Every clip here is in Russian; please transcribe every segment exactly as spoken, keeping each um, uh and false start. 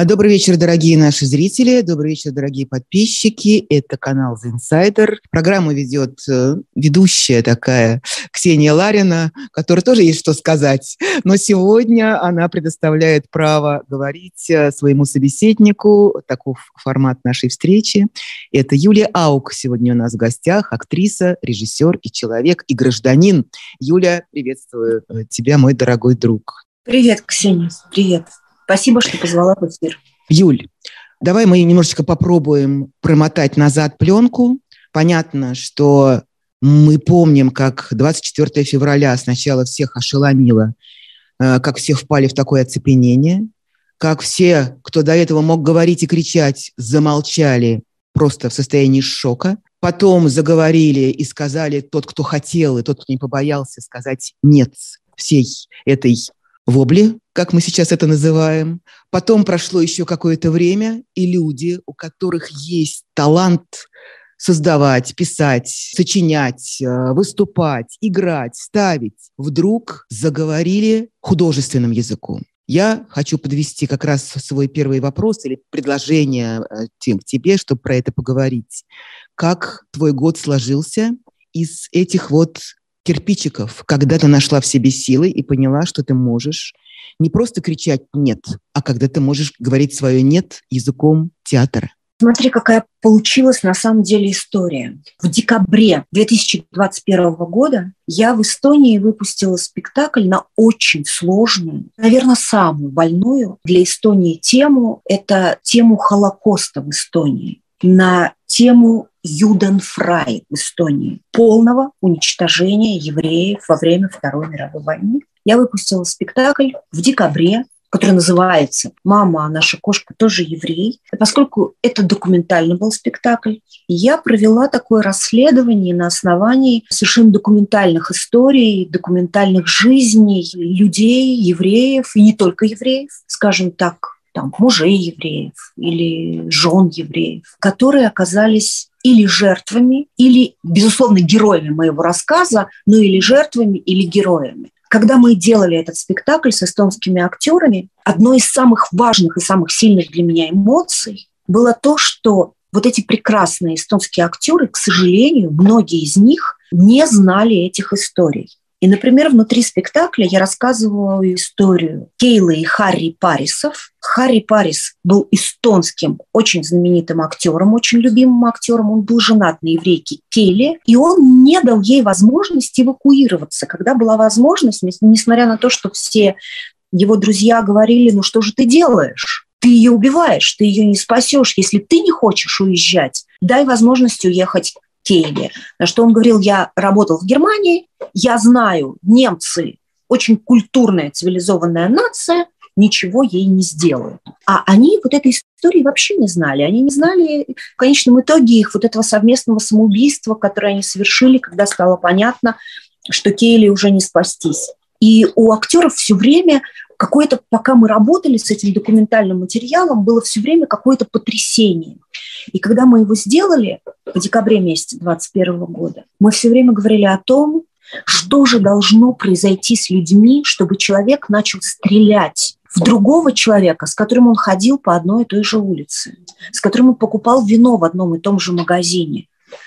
Добрый вечер, дорогие наши зрители, добрый вечер, дорогие подписчики. Это канал The Insider. Программу ведет ведущая такая Ксения Ларина, которой тоже есть что сказать. Но сегодня она предоставляет право говорить своему собеседнику. Таков формат нашей встречи. Это Юлия Аук сегодня у нас в гостях, актриса, режиссер и человек, и гражданин. Юля, приветствую тебя, мой дорогой друг. Привет, Ксения, привет. Спасибо, что позвала в эфир. Юль, давай мы немножечко попробуем промотать назад пленку. Понятно, что мы помним, как двадцать четвёртого февраля сначала всех ошеломило, как все впали в такое оцепенение, как все, кто до этого мог говорить и кричать, замолчали просто в состоянии шока. Потом заговорили и сказали тот, кто хотел, и тот, кто не побоялся сказать «нет» всей этой вобли, как мы сейчас это называем. Потом прошло еще какое-то время, и люди, у которых есть талант создавать, писать, сочинять, выступать, играть, ставить, вдруг заговорили художественным языком. Я хочу подвести как раз свой первый вопрос или предложение тем к тебе, чтобы про это поговорить. Как твой год сложился из этих вот кирпичиков, когда ты нашла в себе силы и поняла, что ты можешь не просто кричать «нет», а когда ты можешь говорить свое «нет» языком театра? Смотри, какая получилась на самом деле история. В декабре две тысячи двадцать первого года я в Эстонии выпустила спектакль на очень сложную, наверное, самую больную для Эстонии тему. Это тему Холокоста в Эстонии. На тему Юденфрай в Эстонии, полного уничтожения евреев во время Второй мировой войны. Я выпустила спектакль в декабре, который называется «Мама, а наша кошка тоже еврей». И поскольку это документальный был спектакль, я провела такое расследование на основании совершенно документальных историй, документальных жизней людей, евреев, и не только евреев, скажем так, там, мужей евреев или жен евреев, которые оказались или жертвами, или, безусловно, героями моего рассказа, но или жертвами, или героями. Когда мы делали этот спектакль с эстонскими актерами, одной из самых важных и самых сильных для меня эмоций было то, что вот эти прекрасные эстонские актеры, к сожалению, многие из них не знали этих историй. И, например, внутри спектакля я рассказываю историю Кейлы и Харри Парисов. Харри Парис был эстонским, очень знаменитым актером, очень любимым актером. Он был женат на еврейке Кейле, и он не дал ей возможности эвакуироваться. Когда была возможность, несмотря на то, что все его друзья говорили: ну что же ты делаешь? Ты ее убиваешь, ты ее не спасешь. Если ты не хочешь уезжать, дай возможность уехать Кейле. На что он говорил: я работал в Германии, я знаю, немцы очень культурная, цивилизованная нация, ничего ей не сделают. А они вот этой истории вообще не знали. Они не знали в конечном итоге их вот этого совместного самоубийства, которое они совершили, когда стало понятно, что Кейле уже не спастись. И у актеров все время какое-то, пока мы работали с этим документальным материалом, было все время какое-то потрясение. И когда мы его сделали в декабре месяце двадцать первого года, мы все время говорили о том, что же должно произойти с людьми, чтобы человек начал стрелять в другого человека, с которым он ходил по одной и той же улице, с которым он покупал вино в одном и том же магазине.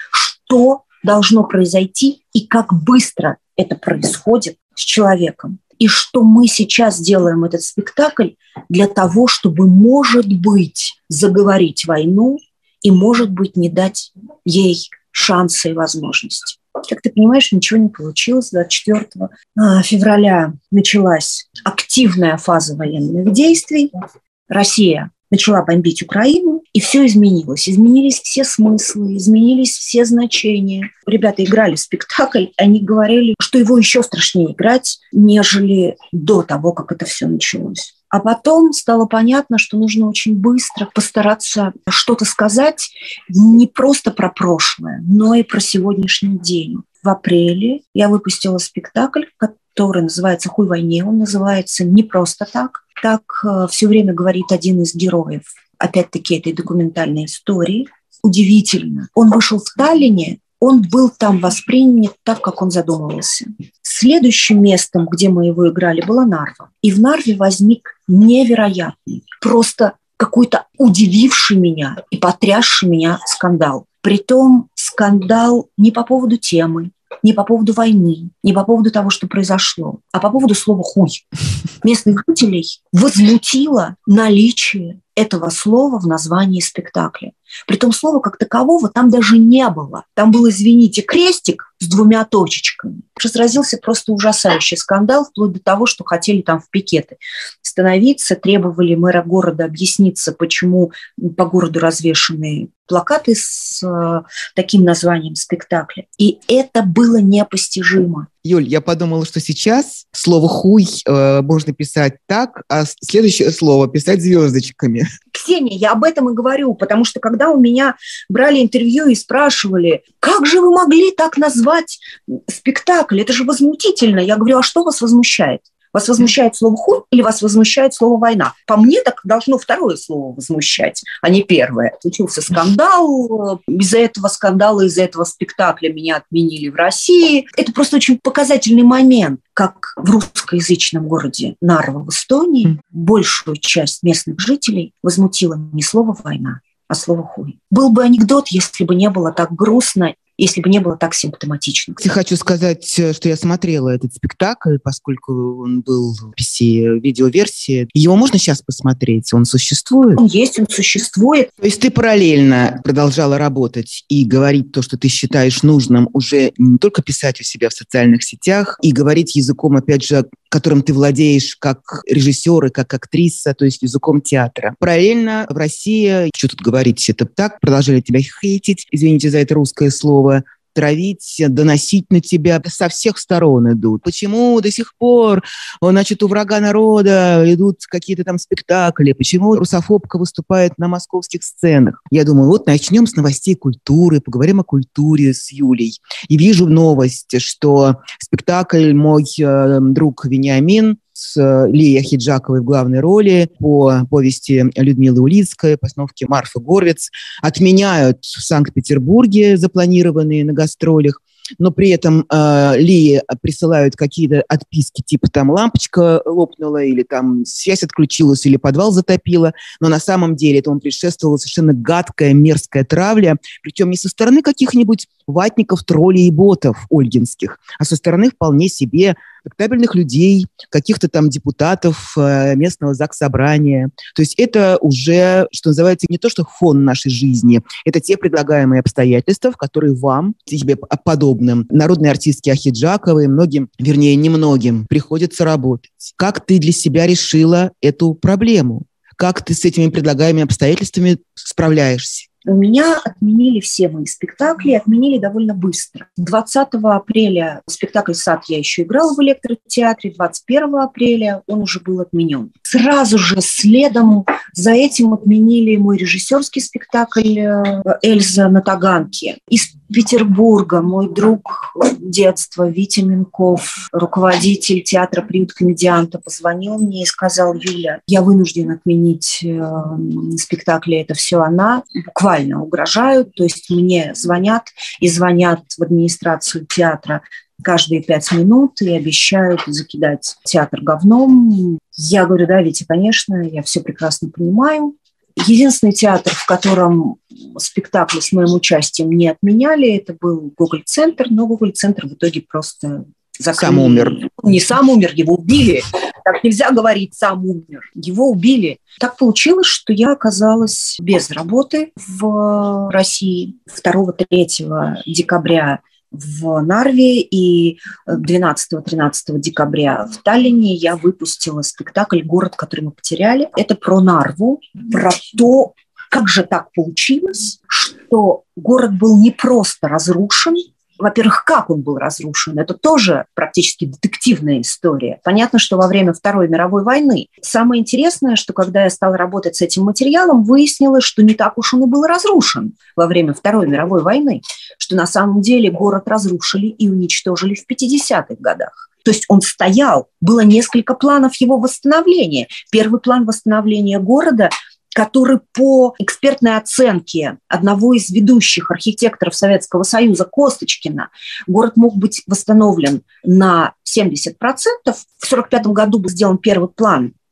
Что должно произойти и как быстро это происходит с человеком? И что мы сейчас делаем этот спектакль для того, чтобы, может быть, заговорить войну и, может быть, не дать ей шансы и возможности. Как ты понимаешь, ничего не получилось. двадцать четвёртого февраля началась активная фаза военных действий. Россия начала бомбить Украину, и все изменилось. Изменились все смыслы, изменились все значения. Ребята играли спектакль, они говорили, что его еще страшнее играть, нежели до того, как это все началось. А потом стало понятно, что нужно очень быстро постараться что-то сказать не просто про прошлое, но и про сегодняшний день. В апреле я выпустила спектакль, который называется «Хуй войне». Он называется не просто так. Так все время говорит один из героев, опять-таки, этой документальной истории. Удивительно. Он вышел в Таллине, он был там воспринят так, как он задумывался. Следующим местом, где мы его играли, была Нарва. И в Нарве возник невероятный, просто какой-то удививший меня и потрясший меня скандал. Притом скандал не по поводу темы, не по поводу войны, не по поводу того, что произошло, а по поводу слова «хуй». Местных жителей возмутило наличие этого слова в названии спектакля. Притом слова как такового там даже не было. Там был, извините, крестик с двумя точечками. Разразился просто ужасающий скандал, вплоть до того, что хотели там в пикеты становиться, требовали мэра города объясниться, почему по городу развешаны плакаты с э, таким названием спектакля. И это было непостижимо. Юль, я подумала, что сейчас слово «хуй» э, можно писать так, а следующее слово писать звездочками. Ксения, я об этом и говорю, потому что когда у меня брали интервью и спрашивали, как же вы могли так назвать спектакль, это же возмутительно. Я говорю, а что вас возмущает? Вас возмущает слово «хуй» или вас возмущает слово «война»? По мне так должно второе слово возмущать, а не первое. Случился скандал, из-за этого скандала, из-за этого спектакля меня отменили в России. Это просто очень показательный момент, как в русскоязычном городе Нарва в Эстонии большую часть местных жителей возмутило не слово «война», а слово «хуй». Был бы анекдот, если бы не было так грустно, если бы не было так симптоматично. Я хочу сказать, что я смотрела этот спектакль, поскольку он был в пи си-видеоверсии. Его можно сейчас посмотреть? Он существует? Он есть, он существует. То есть ты параллельно продолжала работать и говорить то, что ты считаешь нужным, уже не только писать у себя в социальных сетях и говорить языком, опять же, которым ты владеешь как режиссер и как актриса, то есть языком театра. Параллельно в России, что тут говорить, это так, продолжали тебя хейтить, извините за это русское слово, травить, доносить на тебя со всех сторон идут. Почему до сих пор, значит, у врага народа идут какие-то там спектакли? Почему русофобка выступает на московских сценах? Я думаю, вот начнем с новостей культуры, поговорим о культуре с Юлей. И вижу новость, что спектакль «Мой э, друг Вениамин» с Лией Ахеджаковой в главной роли по повести Людмилы Улицкой, постановке Марфы Горвиц, отменяют в Санкт-Петербурге, запланированные на гастролях, но при этом э, Лии присылают какие-то отписки, типа там лампочка лопнула, или там связь отключилась, или подвал затопило, но на самом деле этому предшествовала совершенно гадкая, мерзкая травля, причем не со стороны каких-нибудь ватников, троллей и ботов ольгинских, а со стороны вполне себе респектабельных людей, каких-то там депутатов э, местного заксобрания. То есть это уже, что называется, не то, что фон нашей жизни, это те предлагаемые обстоятельства, в которые вам, тебе подобным, народной артистке Ахеджаковой, многим, вернее, немногим, приходится работать. Как ты для себя решила эту проблему? Как ты с этими предлагаемыми обстоятельствами справляешься? У меня отменили все мои спектакли, отменили довольно быстро. двадцатого апреля спектакль «Сад» я еще играла в электротеатре, двадцать первого апреля он уже был отменен. Сразу же следом за этим отменили мой режиссерский спектакль «Эльза на Таганке». Из Петербурга мой друг детства Витя Минков, руководитель театра «Приют комедианта», позвонил мне и сказал: Юля, я вынужден отменить э, спектакли «Это все она». Буквально угрожают, то есть мне звонят и звонят в администрацию театра каждые пять минут и обещают закидать театр говном. Я говорю: да, Витя, конечно, я все прекрасно понимаю. Единственный театр, в котором спектакли с моим участием не отменяли, это был Гоголь-центр, но Гоголь-центр в итоге просто закрыли. Сам умер. Не сам умер, его убили. Так нельзя говорить, сам умер. Его убили. Так получилось, что я оказалась без работы в России второго-третьего декабря в Нарве, и двенадцатого-тринадцатого декабря в Таллине я выпустила спектакль «Город, который мы потеряли». Это про Нарву, про то, как же так получилось, что город был не просто разрушен. Во-первых, как он был разрушен, это тоже практически детективная история. Понятно, что во время Второй мировой войны. Самое интересное, что когда я стала работать с этим материалом, выяснилось, что не так уж он и был разрушен во время Второй мировой войны, что на самом деле город разрушили и уничтожили в пятидесятых годах. То есть он стоял, было несколько планов его восстановления. Первый план восстановления города, который по экспертной оценке одного из ведущих архитекторов Советского Союза Косточкина, город мог быть восстановлен на семьдесят процентов. В сорок пятом году был сделан первый план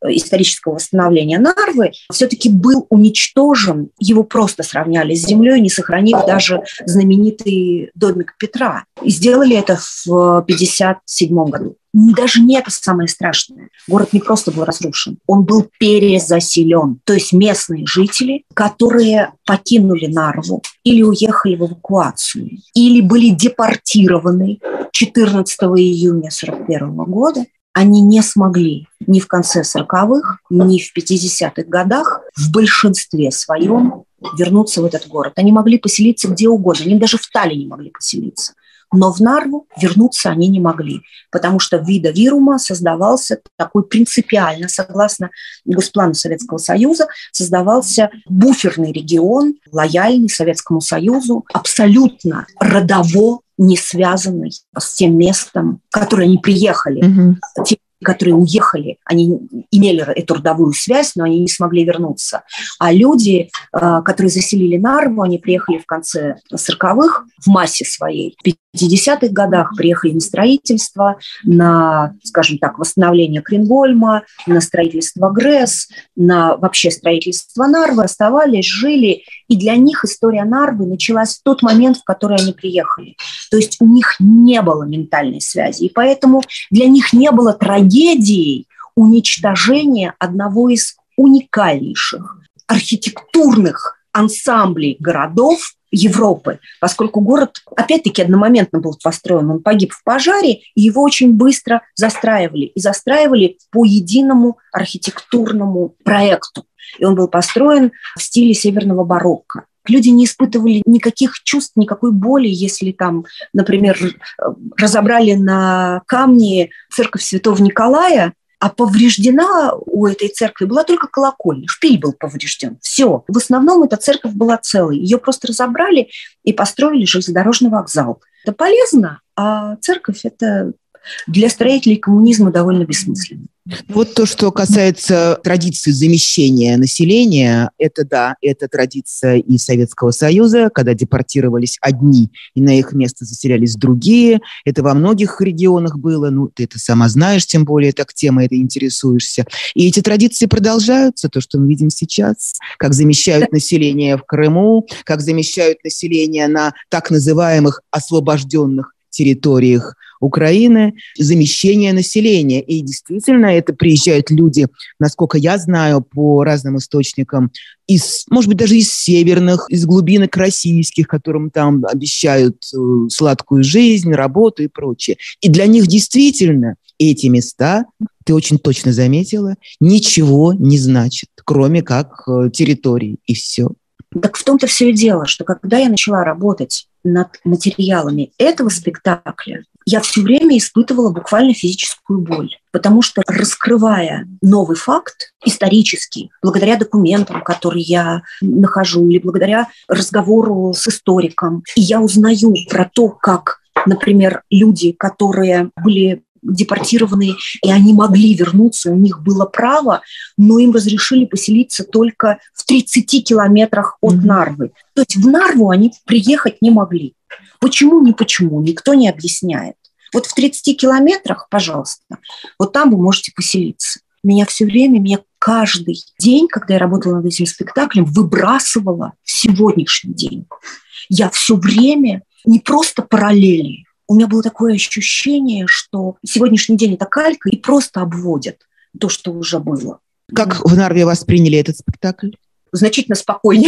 исторического восстановления Нарвы, все-таки был уничтожен, его просто сравняли с землей, не сохранив даже знаменитый домик Петра. И сделали это в пятьдесят седьмом году. Даже не это самое страшное. Город не просто был разрушен, он был перезаселен. То есть местные жители, которые покинули Нарву или уехали в эвакуацию, или были депортированы четырнадцатого июня сорок первого года, они не смогли ни в конце сороковых, ни в пятидесятых годах в большинстве своем вернуться в этот город. Они могли поселиться где угодно, они даже в Таллине могли поселиться. Но в Нарву вернуться они не могли, потому что в вида Вирума создавался такой принципиально, согласно Госплану Советского Союза, создавался буферный регион, лояльный Советскому Союзу, абсолютно родово не связанный с тем местом, в которое они приехали. Mm-hmm. Те, которые уехали, они имели эту родовую связь, но они не смогли вернуться. А люди, которые заселили Нарву, они приехали в конце сороковых в массе своей. В пятидесятых годах приехали на строительство, на, скажем так, восстановление Крингольма, на строительство ГРЭС, на вообще строительство Нарвы, оставались, жили. И для них история Нарвы началась в тот момент, в который они приехали. То есть у них не было ментальной связи. И поэтому для них не было трагедией уничтожения одного из уникальнейших архитектурных ансамблей городов Европы, поскольку город, опять-таки, одномоментно был построен, он погиб в пожаре, и его очень быстро застраивали. И застраивали по единому архитектурному проекту. И он был построен в стиле северного барокко. Люди не испытывали никаких чувств, никакой боли, если там, например, разобрали на камне церковь Святого Николая, а повреждена у этой церкви была только колокольня, шпиль был поврежден. Все. В основном эта церковь была целой. Ее просто разобрали и построили железнодорожный вокзал. Это полезно, а церковь – это для строителей коммунизма довольно бессмысленно. Вот то, что касается традиции замещения населения, это да, это традиция и Советского Союза, когда депортировались одни, и на их место заселялись другие. Это во многих регионах было, ну, ты это сама знаешь, тем более так темой этой интересуешься. И эти традиции продолжаются, то, что мы видим сейчас, как замещают население в Крыму, как замещают население на так называемых освобожденных территориях Украины, замещение населения. И действительно, это приезжают люди, насколько я знаю, по разным источникам, из, может быть, даже из северных, из глубинок российских, которым там обещают сладкую жизнь, работу и прочее. И для них действительно эти места, ты очень точно заметила, ничего не значат, кроме как территории, и все. Так в том-то все и дело, что когда я начала работать над материалами этого спектакля, я все время испытывала буквально физическую боль, потому что, раскрывая новый факт исторический, благодаря документам, которые я нахожу, или благодаря разговору с историком, и я узнаю про то, как, например, люди, которые были депортированы, и они могли вернуться, у них было право, но им разрешили поселиться только в тридцати километрах от mm-hmm. Нарвы. То есть в Нарву они приехать не могли. Почему, не почему, никто не объясняет. Вот в тридцати километрах, пожалуйста, вот там вы можете поселиться. Меня все время, меня каждый день, когда я работала над этим спектаклем, выбрасывало в сегодняшний день. Я все время не просто параллели. У меня было такое ощущение, что сегодняшний день это калька и просто обводят то, что уже было. Как в Нарве восприняли этот спектакль? Значительно спокойнее,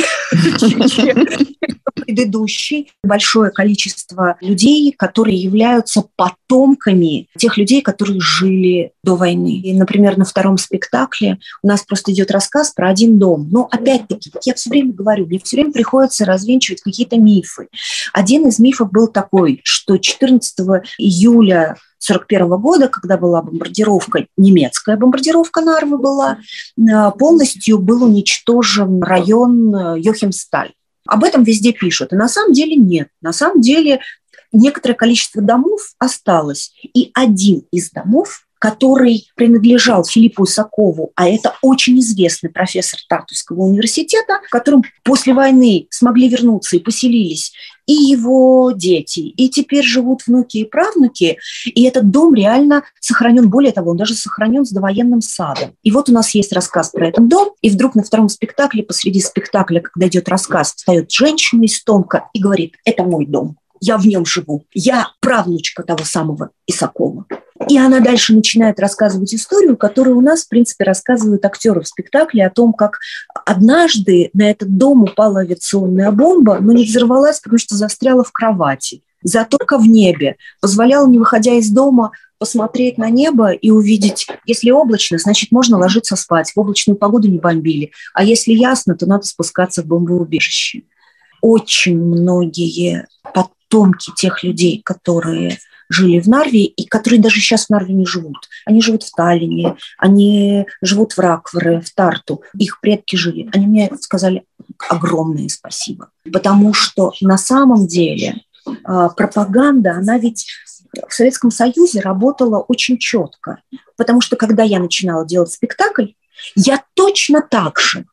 чем предыдущий. Большое количество людей, которые являются потомками тех людей, которые жили до войны. И, например, на втором спектакле у нас просто идет рассказ про один дом. Но опять-таки, я все время говорю, мне все время приходится развенчивать какие-то мифы. Один из мифов был такой, что четырнадцатого июля сорок первого года, когда была бомбардировка, немецкая бомбардировка Нарвы была, полностью был уничтожен район Йохимсталь. Об этом везде пишут. И на самом деле нет. На самом деле некоторое количество домов осталось. И один из домов который принадлежал Филиппу Исакову, а это очень известный профессор Тартусского университета, в котором после войны смогли вернуться и поселились и его дети, и теперь живут внуки и правнуки, и этот дом реально сохранен, более того, он даже сохранен с довоенным садом. И вот у нас есть рассказ про этот дом, и вдруг на втором спектакле, посреди спектакля, когда идет рассказ, встает женщина из Томка и говорит: «Это мой дом, я в нем живу, я правнучка того самого Исакова». И она дальше начинает рассказывать историю, которую у нас, в принципе, рассказывают актеры в спектакле, о том, как однажды на этот дом упала авиационная бомба, но не взорвалась, потому что застряла в кровати. Зато только в небе позволяла, не выходя из дома, посмотреть на небо и увидеть, если облачно, значит, можно ложиться спать, в облачную погоду не бомбили, а если ясно, то надо спускаться в бомбоубежище. Очень многие потомки тех людей, которые жили в Нарве и которые даже сейчас в Нарве не живут. Они живут в Таллине, они живут в Раквере, в Тарту. Их предки жили. Они мне сказали огромное спасибо. Потому что на самом деле пропаганда, она ведь в Советском Союзе работала очень четко. Потому что когда я начинала делать спектакль, я точно так же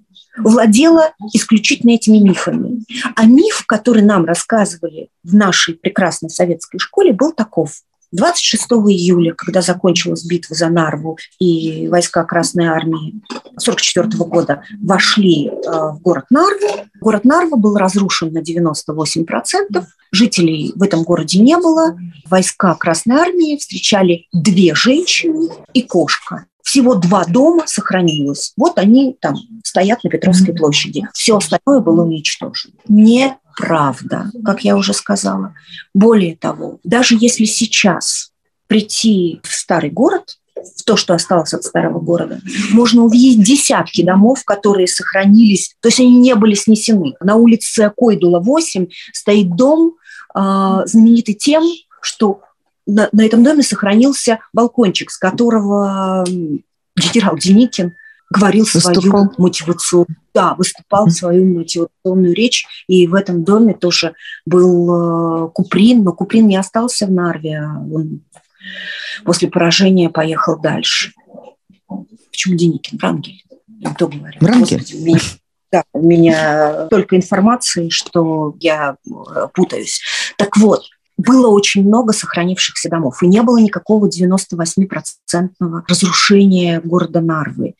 владела исключительно этими мифами. А миф, который нам рассказывали в нашей прекрасной советской школе, был таков. двадцать шестого июля, когда закончилась битва за Нарву и войска Красной Армии сорок четвёртого года вошли э, в город Нарву, город Нарва был разрушен на девяносто восемь процентов, жителей в этом городе не было, войска Красной Армии встречали две женщины и кошка. Всего два дома сохранилось. Вот они там стоят на Петровской площади. Все остальное было уничтожено. Неправда, как я уже сказала. Более того, даже если сейчас прийти в старый город, в то, что осталось от старого города, можно увидеть десятки домов, которые сохранились, то есть они не были снесены. На улице Койдула, восемь, стоит дом, э, знаменитый тем, что На, на этом доме сохранился балкончик, с которого генерал Деникин говорил выступал. свою мотивационную, да, выступал mm-hmm. свою мотивационную речь, и в этом доме тоже был э, Куприн, но Куприн не остался в Нарве, он после поражения поехал дальше. Почему Деникин? Врангель. Кто говорит? Врангель? Господи, меня, да, у меня столько информации, что я путаюсь. Так вот, было очень много сохранившихся домов, и не было никакого девяносто восемь процентов разрушения города Нарвы.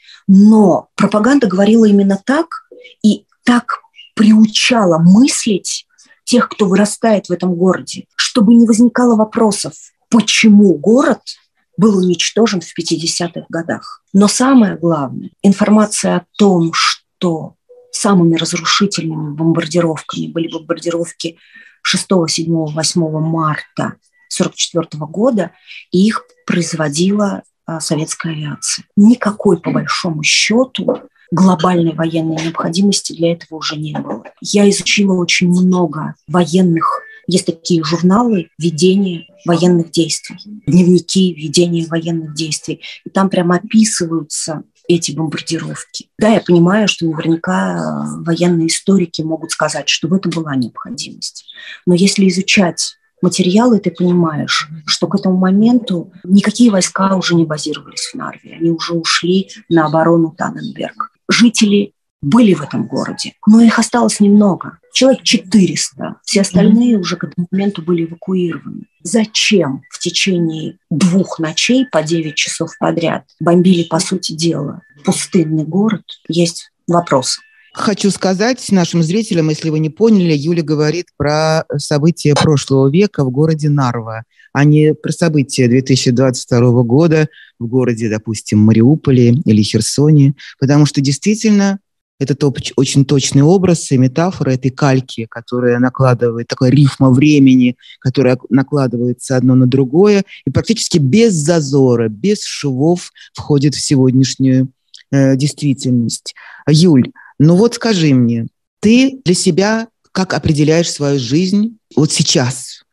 Но пропаганда говорила именно так, и так приучала мыслить тех, кто вырастает в этом городе, чтобы не возникало вопросов, почему город был уничтожен в пятидесятых годах. Но самое главное, информация о том, что самыми разрушительными бомбардировками были бомбардировки шестого, седьмого, восьмого марта сорок четвёртого года, и их производила а, советская авиация. Никакой, по большому счету, глобальной военной необходимости для этого уже не было. Я изучила очень много военных, есть такие журналы ведения военных действий, дневники ведения военных действий, и там прямо описываются эти бомбардировки. Да, я понимаю, что наверняка военные историки могут сказать, что в этом была необходимость. Но если изучать материалы, ты понимаешь, что к этому моменту никакие войска уже не базировались в Нарве. Они уже ушли на оборону Танненберг. Жители были в этом городе, но их осталось немного. Человек четыреста. Все остальные уже к этому моменту были эвакуированы. Зачем в течение двух ночей по девять часов подряд бомбили, по сути дела, пустынный город? Есть вопрос. Хочу сказать нашим зрителям, если вы не поняли, Юля говорит про события прошлого века в городе Нарва, а не про события две тысячи двадцать второго года в городе, допустим, Мариуполе или Херсоне, потому что действительно это очень точный образ и метафора этой кальки, которая накладывает, такая рифма времени, которая накладывается одно на другое и практически без зазора, без швов входит в сегодняшнюю э, действительность. Юль, ну вот скажи мне, ты для себя как определяешь свою жизнь вот сейчас?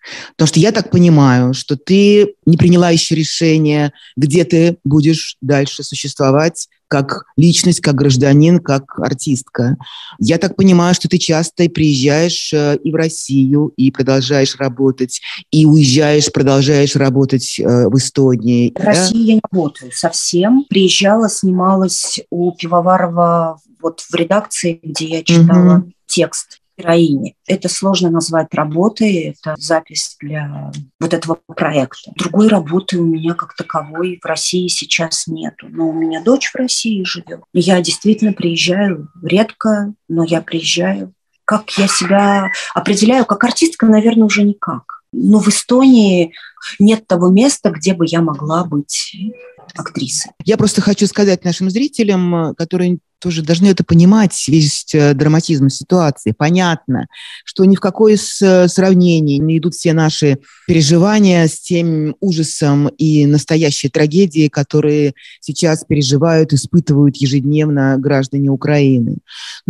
Потому что я так понимаю, что ты не приняла еще решение, где ты будешь дальше существовать как личность, как гражданин, как артистка. Я так понимаю, что ты часто приезжаешь и в Россию, и продолжаешь работать, и уезжаешь, продолжаешь работать в Эстонии. В России я не работаю совсем. Приезжала, снималась у Пивоварова вот в редакции, где я читала угу. текст героини. Это сложно назвать работой, это запись для вот этого проекта. Другой работы у меня как таковой в России сейчас нету. Но у меня дочь в России живет. Я действительно приезжаю редко, но я приезжаю. Как я себя определяю? Как артистка, наверное, уже никак. Но в Эстонии нет того места, где бы я могла быть актрисой. Я просто хочу сказать нашим зрителям, которые тоже должны это понимать, весь драматизм ситуации. Понятно, что ни в какое сравнение не идут все наши переживания с тем ужасом и настоящей трагедией, которые сейчас переживают, испытывают ежедневно граждане Украины.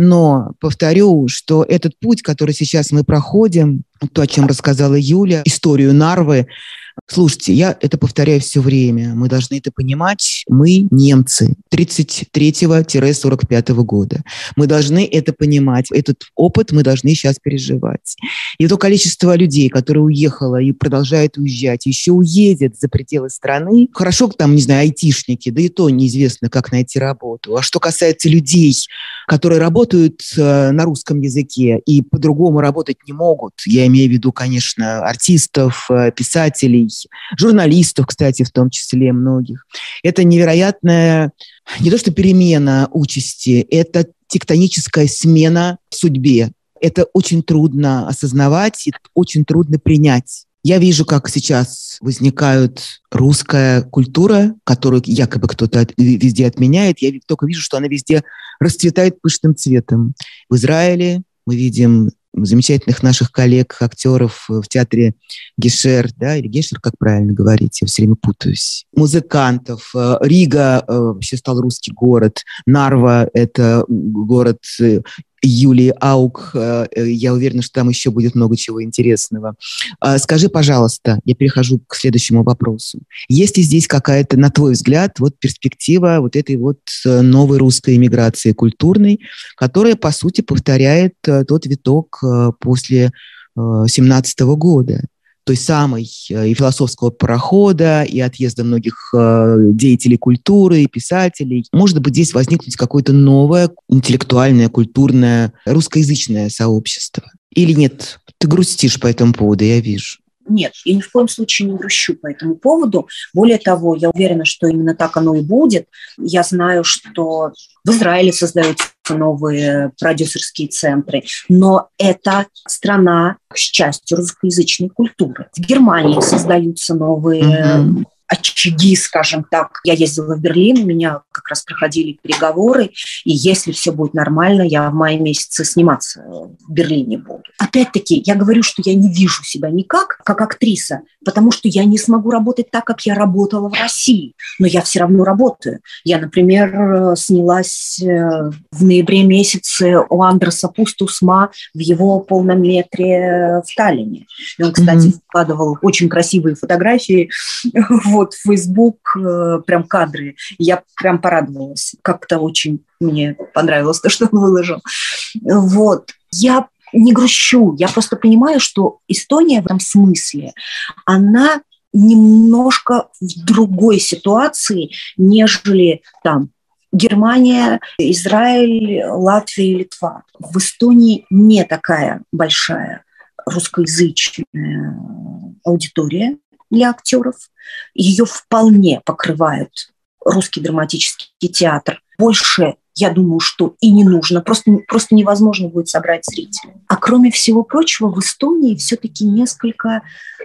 Но повторю, что этот путь, который сейчас мы проходим, то, о чем рассказала Юля, историю Нарвы, слушайте, я это повторяю все время. Мы должны это понимать. Мы немцы тридцать третьего — сорок пятого года. Мы должны это понимать. Этот опыт мы должны сейчас переживать. И то количество людей, которые уехало и продолжают уезжать, еще уедет за пределы страны. Хорошо, там, не знаю, айтишники, да и то неизвестно, как найти работу. А что касается людей, которые работают на русском языке и по-другому работать не могут, я имею в виду, конечно, артистов, писателей, журналистов, кстати, в том числе многих. Это невероятная, не то что перемена участи, это тектоническая смена в судьбе. Это очень трудно осознавать, это очень трудно принять. Я вижу, как сейчас возникает русская культура, которую якобы кто-то везде отменяет. Я только вижу, что она везде расцветает пышным цветом. В Израиле мы видим замечательных наших коллег, актеров в театре Гешер, да, или Гешер, как правильно говорить, я все время путаюсь. Музыкантов. Рига вообще стал русский город. Нарва – это город Юлии Аук. Я уверена, что там еще будет много чего интересного. Скажи, пожалуйста, я перехожу к следующему вопросу. Есть ли здесь какая-то, на твой взгляд, вот перспектива вот этой вот новой русской эмиграции культурной, которая, по сути, повторяет тот виток после семнадцатого года? Той самой и философского парохода, и отъезда многих э, деятелей культуры, и писателей. Может быть, здесь возникнуть какое-то новое интеллектуальное, культурное, русскоязычное сообщество? Или нет? Ты грустишь по этому поводу, я вижу. Нет, я ни в коем случае не грущу по этому поводу. Более того, я уверена, что именно так оно и будет. Я знаю, что в Израиле создаются новые продюсерские центры, но это страна с частью русскоязычной культуры. В Германии создаются новые mm-hmm. очаги, скажем так. Я ездила в Берлин, у меня как раз проходили переговоры, и если все будет нормально, я в мае месяце сниматься в Берлине буду. Опять-таки, я говорю, что я не вижу себя никак, как актриса, потому что я не смогу работать так, как я работала в России. Но я все равно работаю. Я, например, снялась в ноябре месяце у Андреса Пустусма в его полном метре в Таллине. И он, кстати, mm-hmm. вкладывал очень красивые фотографии вот в Facebook, прям кадры. Я прям порадовалась. Как-то очень мне понравилось то, что он выложил. Вот. Я не грущу, я просто понимаю, что Эстония в этом смысле, она немножко в другой ситуации, нежели там Германия, Израиль, Латвия и Литва. В Эстонии не такая большая русскоязычная аудитория для актеров. Ее вполне покрывают русский драматический театр. Больше, я думаю, что и не нужно. Просто, просто невозможно будет собрать зрителей. А кроме всего прочего, в Эстонии все-таки несколько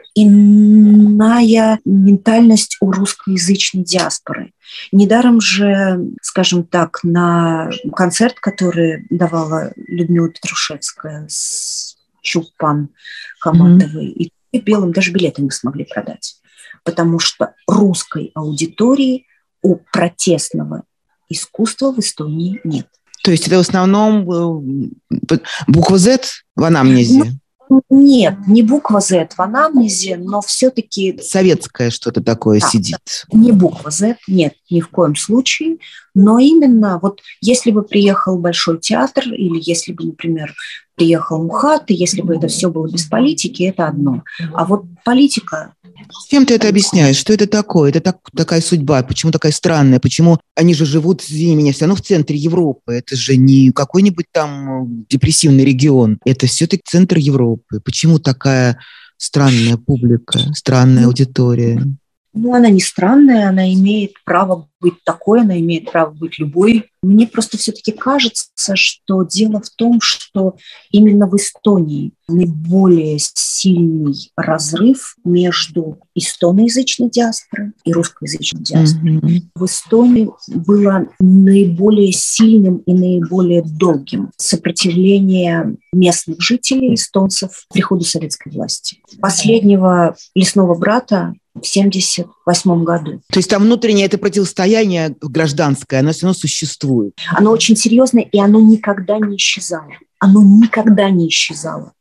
иная ментальность у русскоязычной диаспоры. Недаром же, скажем так, на концерт, который давала Людмила Петрушевская с Чулпан Хаматовой, mm-hmm. и белым даже билеты не смогли продать. Потому что русской аудитории у протестного искусства в Эстонии нет. То есть это в основном буква Z в анамнезе? Нет, не буква Z в анамнезе, но все-таки... Советское что-то такое да, сидит. Да. Не буква Z, нет, ни в коем случае. Но именно вот если бы приехал Большой театр, или если бы, например, приехал МХАТ, и если бы это все было без политики, это одно. А вот политика... Чем ты это объясняешь? Что это такое? Это так, такая судьба? Почему такая странная? Почему они же живут, извини меня, все равно в центре Европы? Это же не какой-нибудь там депрессивный регион. Это все-таки центр Европы. Почему такая странная публика, странная аудитория? Ну, она не странная, она имеет право быть такой, она имеет право быть любой. Мне просто все-таки кажется, что дело в том, что именно в Эстонии наиболее сильный разрыв между эстоноязычной диаспорой и русскоязычной диаспорой. Mm-hmm. В Эстонии было наиболее сильным и наиболее долгим сопротивление местных жителей, эстонцев, приходу советской власти. Последнего лесного брата в семьдесят восьмом году. То есть там внутреннее это противостояние гражданское, оно все равно существует. Оно очень серьезное, и оно никогда не исчезало. Оно никогда не исчезало.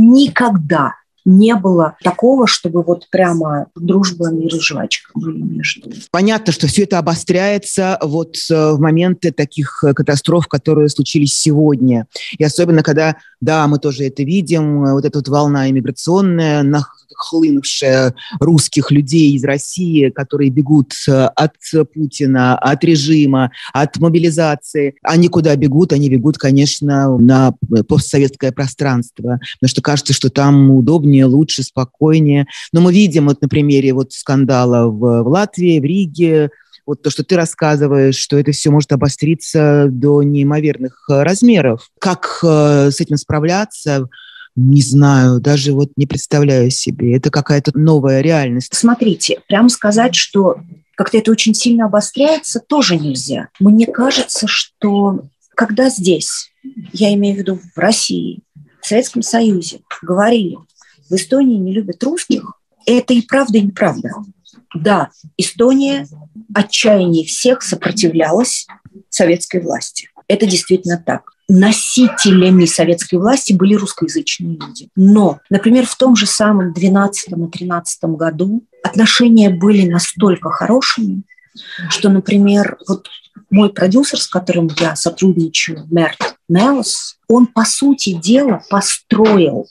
Никогда не было такого, чтобы вот прямо дружба, мир и жвачка были между. Понятно, что все это обостряется вот в моменты таких катастроф, которые случились сегодня. И особенно, когда, да, мы тоже это видим, вот эта вот волна иммиграционная, нахлынувшая русских людей из России, которые бегут от Путина, от режима, от мобилизации. Они куда бегут? Они бегут, конечно, на постсоветское пространство, потому что кажется, что там удобнее, лучше, спокойнее. Но мы видим вот на примере вот скандала в, в Латвии, в Риге, вот то, что ты рассказываешь, что это все может обостриться до неимоверных размеров. Как э, с этим справляться? Не знаю, даже вот не представляю себе. Это какая-то новая реальность. Смотрите, прямо сказать, что как-то это очень сильно обостряется, тоже нельзя. Мне кажется, что когда здесь, я имею в виду в России, в Советском Союзе, говорили, в Эстонии не любят русских, это и правда, и неправда. Да, Эстония отчаяние всех сопротивлялась советской власти. Это действительно так. Носителями советской власти были русскоязычные люди. Но, например, в том же самом двенадцатом и тринадцатом году отношения были настолько хорошими, что, например, вот мой продюсер, с которым я сотрудничаю, Мерт Мелос, он, по сути дела, построил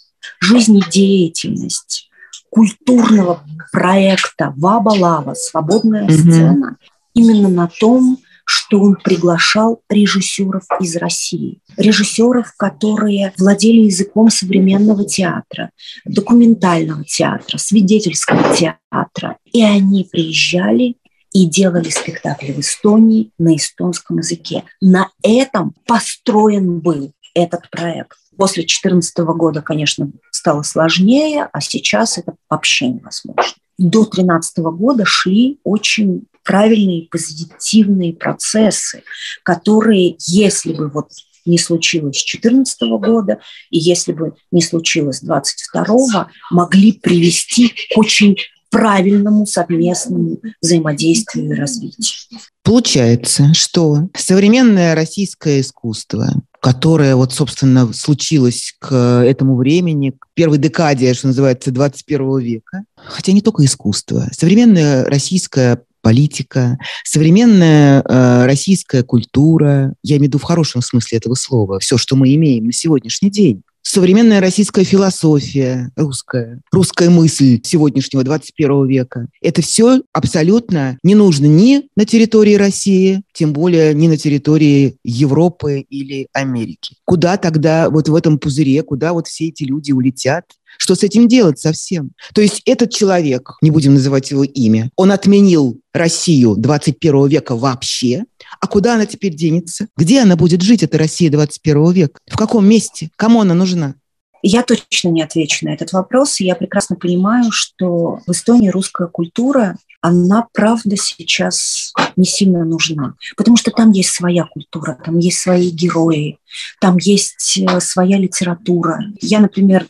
жизнедеятельность культурного проекта «Ваба-Лава», «Свободная сцена», mm-hmm. именно на том, что он приглашал режиссеров из России. Режиссеров, которые владели языком современного театра, документального театра, свидетельского театра. И они приезжали и делали спектакли в Эстонии на эстонском языке. На этом построен был этот проект. После две тысячи четырнадцатого года, конечно, стало сложнее, а сейчас это вообще невозможно. До две тысячи тринадцатого года шли очень правильные, позитивные процессы, которые, если бы вот не случилось с две тысячи четырнадцатого года и если бы не случилось с двадцать второго, могли привести к очень правильному совместному взаимодействию и развитию. Получается, что современное российское искусство, которое, вот, собственно, случилось к этому времени, к первой декаде, что называется, двадцать первого века, хотя не только искусство, современная российская политика, современная э, российская культура, я имею в виду в хорошем смысле этого слова, все, что мы имеем на сегодняшний день, современная российская философия, русская, русская мысль сегодняшнего двадцать первого века. Это все абсолютно не нужно ни на территории России, тем более не на территории Европы или Америки. Куда тогда вот в этом пузыре, куда вот все эти люди улетят? Что с этим делать совсем? То есть этот человек, не будем называть его имя, он отменил Россию двадцать первого века вообще, а куда она теперь денется? Где она будет жить, эта Россия двадцать первого века? В каком месте? Кому она нужна? Я точно не отвечу на этот вопрос. Я прекрасно понимаю, что в Эстонии русская культура, она, правда, сейчас не сильно нужна. Потому что там есть своя культура, там есть свои герои, там есть своя литература. Я, например,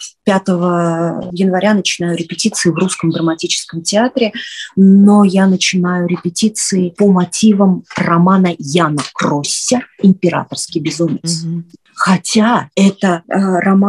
пятого января начинаю репетиции в Русском драматическом театре, но я начинаю репетиции по мотивам романа Яна Кросся «Императорский безумец». Mm-hmm. Хотя это э, роман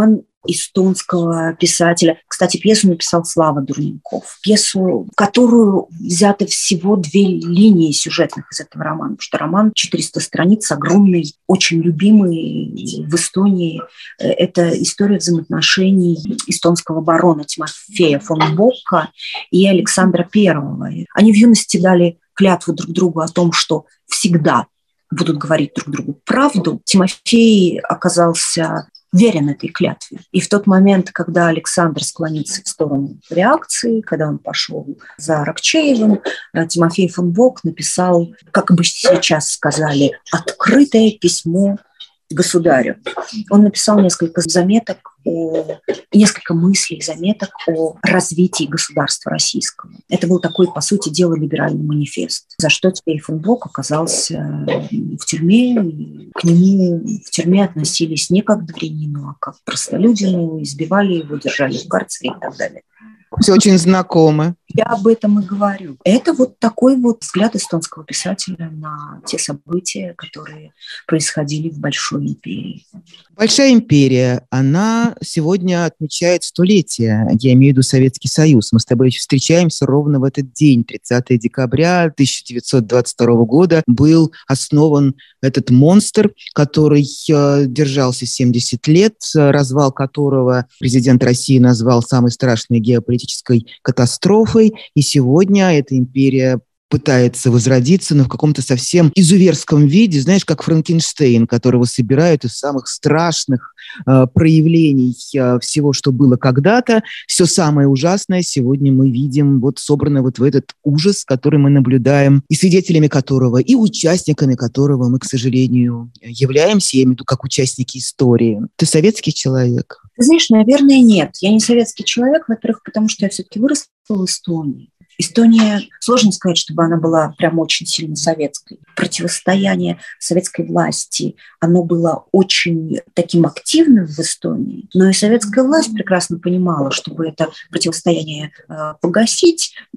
эстонского писателя. Кстати, пьесу написал Слава Дурненков. Пьесу, в которую взяты всего две линии сюжетных из этого романа, потому что роман четыреста страниц, огромный, очень любимый в Эстонии. Это история взаимоотношений эстонского барона Тимофея фон Бокка и Александра Первого. Они в юности дали клятву друг другу о том, что всегда будут говорить друг другу правду. Тимофей оказался верен этой клятве. И в тот момент, когда Александр склонился в сторону реакции, когда он пошел за Рокчеевым, Тимофей фон Бок написал, как бы сейчас сказали, открытое письмо государю. Он написал несколько заметок, о, несколько мыслей, заметок о развитии государства российского. Это был такой, по сути дела, либеральный манифест, за что Тимофей фон Бок оказался в тюрьме. К нему в тюрьме относились не как к дворянину, а как к простолюдину, избивали его, держали в карцере и так далее. Все очень знакомо. Я об этом и говорю. Это вот такой вот взгляд эстонского писателя на те события, которые происходили в Большой империи. Большая империя, она сегодня отмечает столетие, я имею в виду Советский Союз. Мы с тобой встречаемся ровно в этот день, тридцатого декабря тысяча девятьсот двадцать второго года, был основан этот монстр, который э, держался семьдесят лет, развал которого президент России назвал самой страшной геополитической катастрофой. И сегодня эта империя пытается возродиться, но в каком-то совсем изуверском виде, знаешь, как Франкенштейн, которого собирают из самых страшных э, проявлений э, всего, что было когда-то. Все самое ужасное сегодня мы видим вот собрано вот в этот ужас, который мы наблюдаем, и свидетелями которого, и участниками которого мы, к сожалению, являемся, я имею в виду, как участники истории. Ты советский человек? Ты знаешь, наверное, нет. Я не советский человек, во-первых, потому что я все-таки выросла в Эстонии. Эстония, сложно сказать, чтобы она была прям очень сильно советской. Противостояние советской власти, оно было очень таким активным в Эстонии, но и советская власть прекрасно понимала, чтобы это противостояние э, погасить, э,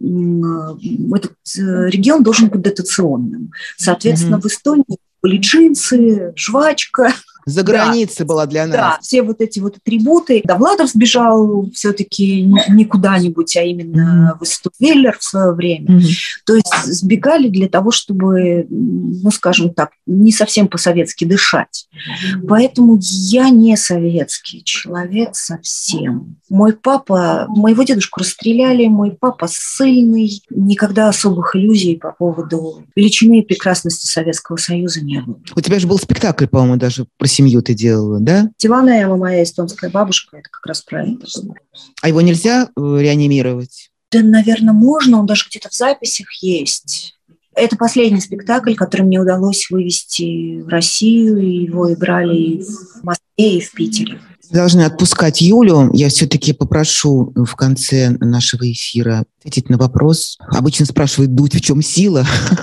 этот э, регион должен быть дотационным. Соответственно, mm-hmm. в Эстонии были джинсы, жвачка. За границей да. была для нас. Да, все вот эти вот атрибуты. Довлатов сбежал все-таки не куда-нибудь, а именно mm-hmm. в Эстонвеллер в свое время. Mm-hmm. То есть сбегали для того, чтобы, ну, скажем так, не совсем по-советски дышать. Mm-hmm. Поэтому я не советский человек совсем. Мой папа, моего дедушку расстреляли, мой папа ссыльный. Никогда особых иллюзий по поводу величины и прекрасности Советского Союза не было. У тебя же был спектакль, по-моему, даже про семью ты делала, да? Тивана Эма, моя эстонская бабушка, это как раз про это. А его нельзя реанимировать? Да, наверное, можно, он даже где-то в записях есть. Это последний спектакль, который мне удалось вывести в Россию, его играли в Москве и в Питере. Должны отпускать Юлю. Я все-таки попрошу в конце нашего эфира ответить на вопрос. Обычно спрашивают: Дудь, в чем сила?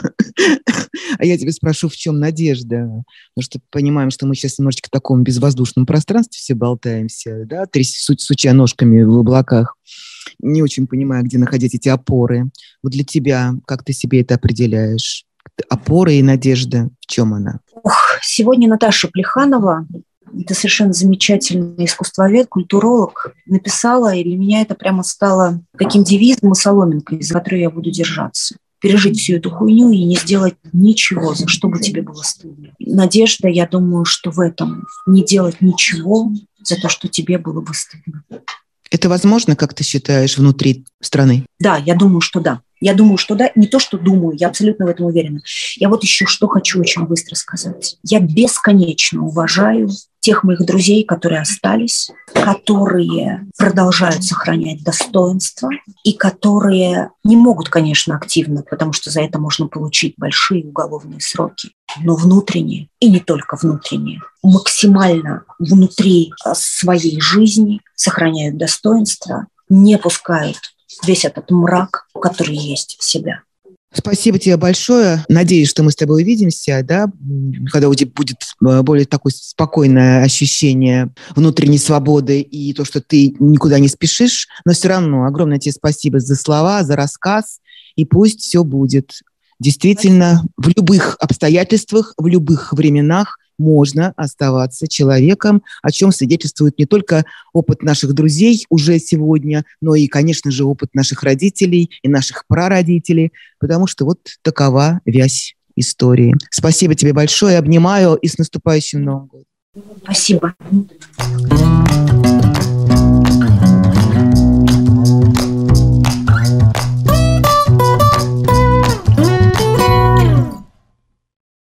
А я тебя спрошу, в чем надежда? Потому что понимаем, что мы сейчас немножечко в таком безвоздушном пространстве все болтаемся, да, суча ножками в облаках. Не очень понимаю, где находить эти опоры. Вот для тебя, как ты себе это определяешь? Опора и надежда, в чем она? Ох, сегодня Наташа Плеханова, это совершенно замечательный искусствовед, культуролог, написала, и для меня это прямо стало таким девизом и соломинкой, за которую я буду держаться. Пережить всю эту хуйню и не сделать ничего, за что бы тебе было стыдно. Надежда, я думаю, что в этом. Не делать ничего за то, что тебе было бы стыдно. Это возможно, как ты считаешь, внутри страны? Да, я думаю, что да. Я думаю, что да. Не то, что думаю, я абсолютно в этом уверена. Я вот еще что хочу очень быстро сказать. Я бесконечно уважаю тех моих друзей, которые остались, которые продолжают сохранять достоинство и которые не могут, конечно, активно, потому что за это можно получить большие уголовные сроки, но внутренне, и не только внутренне, максимально внутри своей жизни сохраняют достоинство, не пускают весь этот мрак, который есть в себе. Спасибо тебе большое. Надеюсь, что мы с тобой увидимся, да, когда будет более такое спокойное ощущение внутренней свободы и то, что ты никуда не спешишь. Но все равно огромное тебе спасибо за слова, за рассказ. И пусть все будет. Действительно, в любых обстоятельствах, в любых временах можно оставаться человеком, о чем свидетельствует не только опыт наших друзей уже сегодня, но и, конечно же, опыт наших родителей и наших прародителей, потому что вот такова вязь истории. Спасибо тебе большое, обнимаю и с наступающим Новым годом. Спасибо.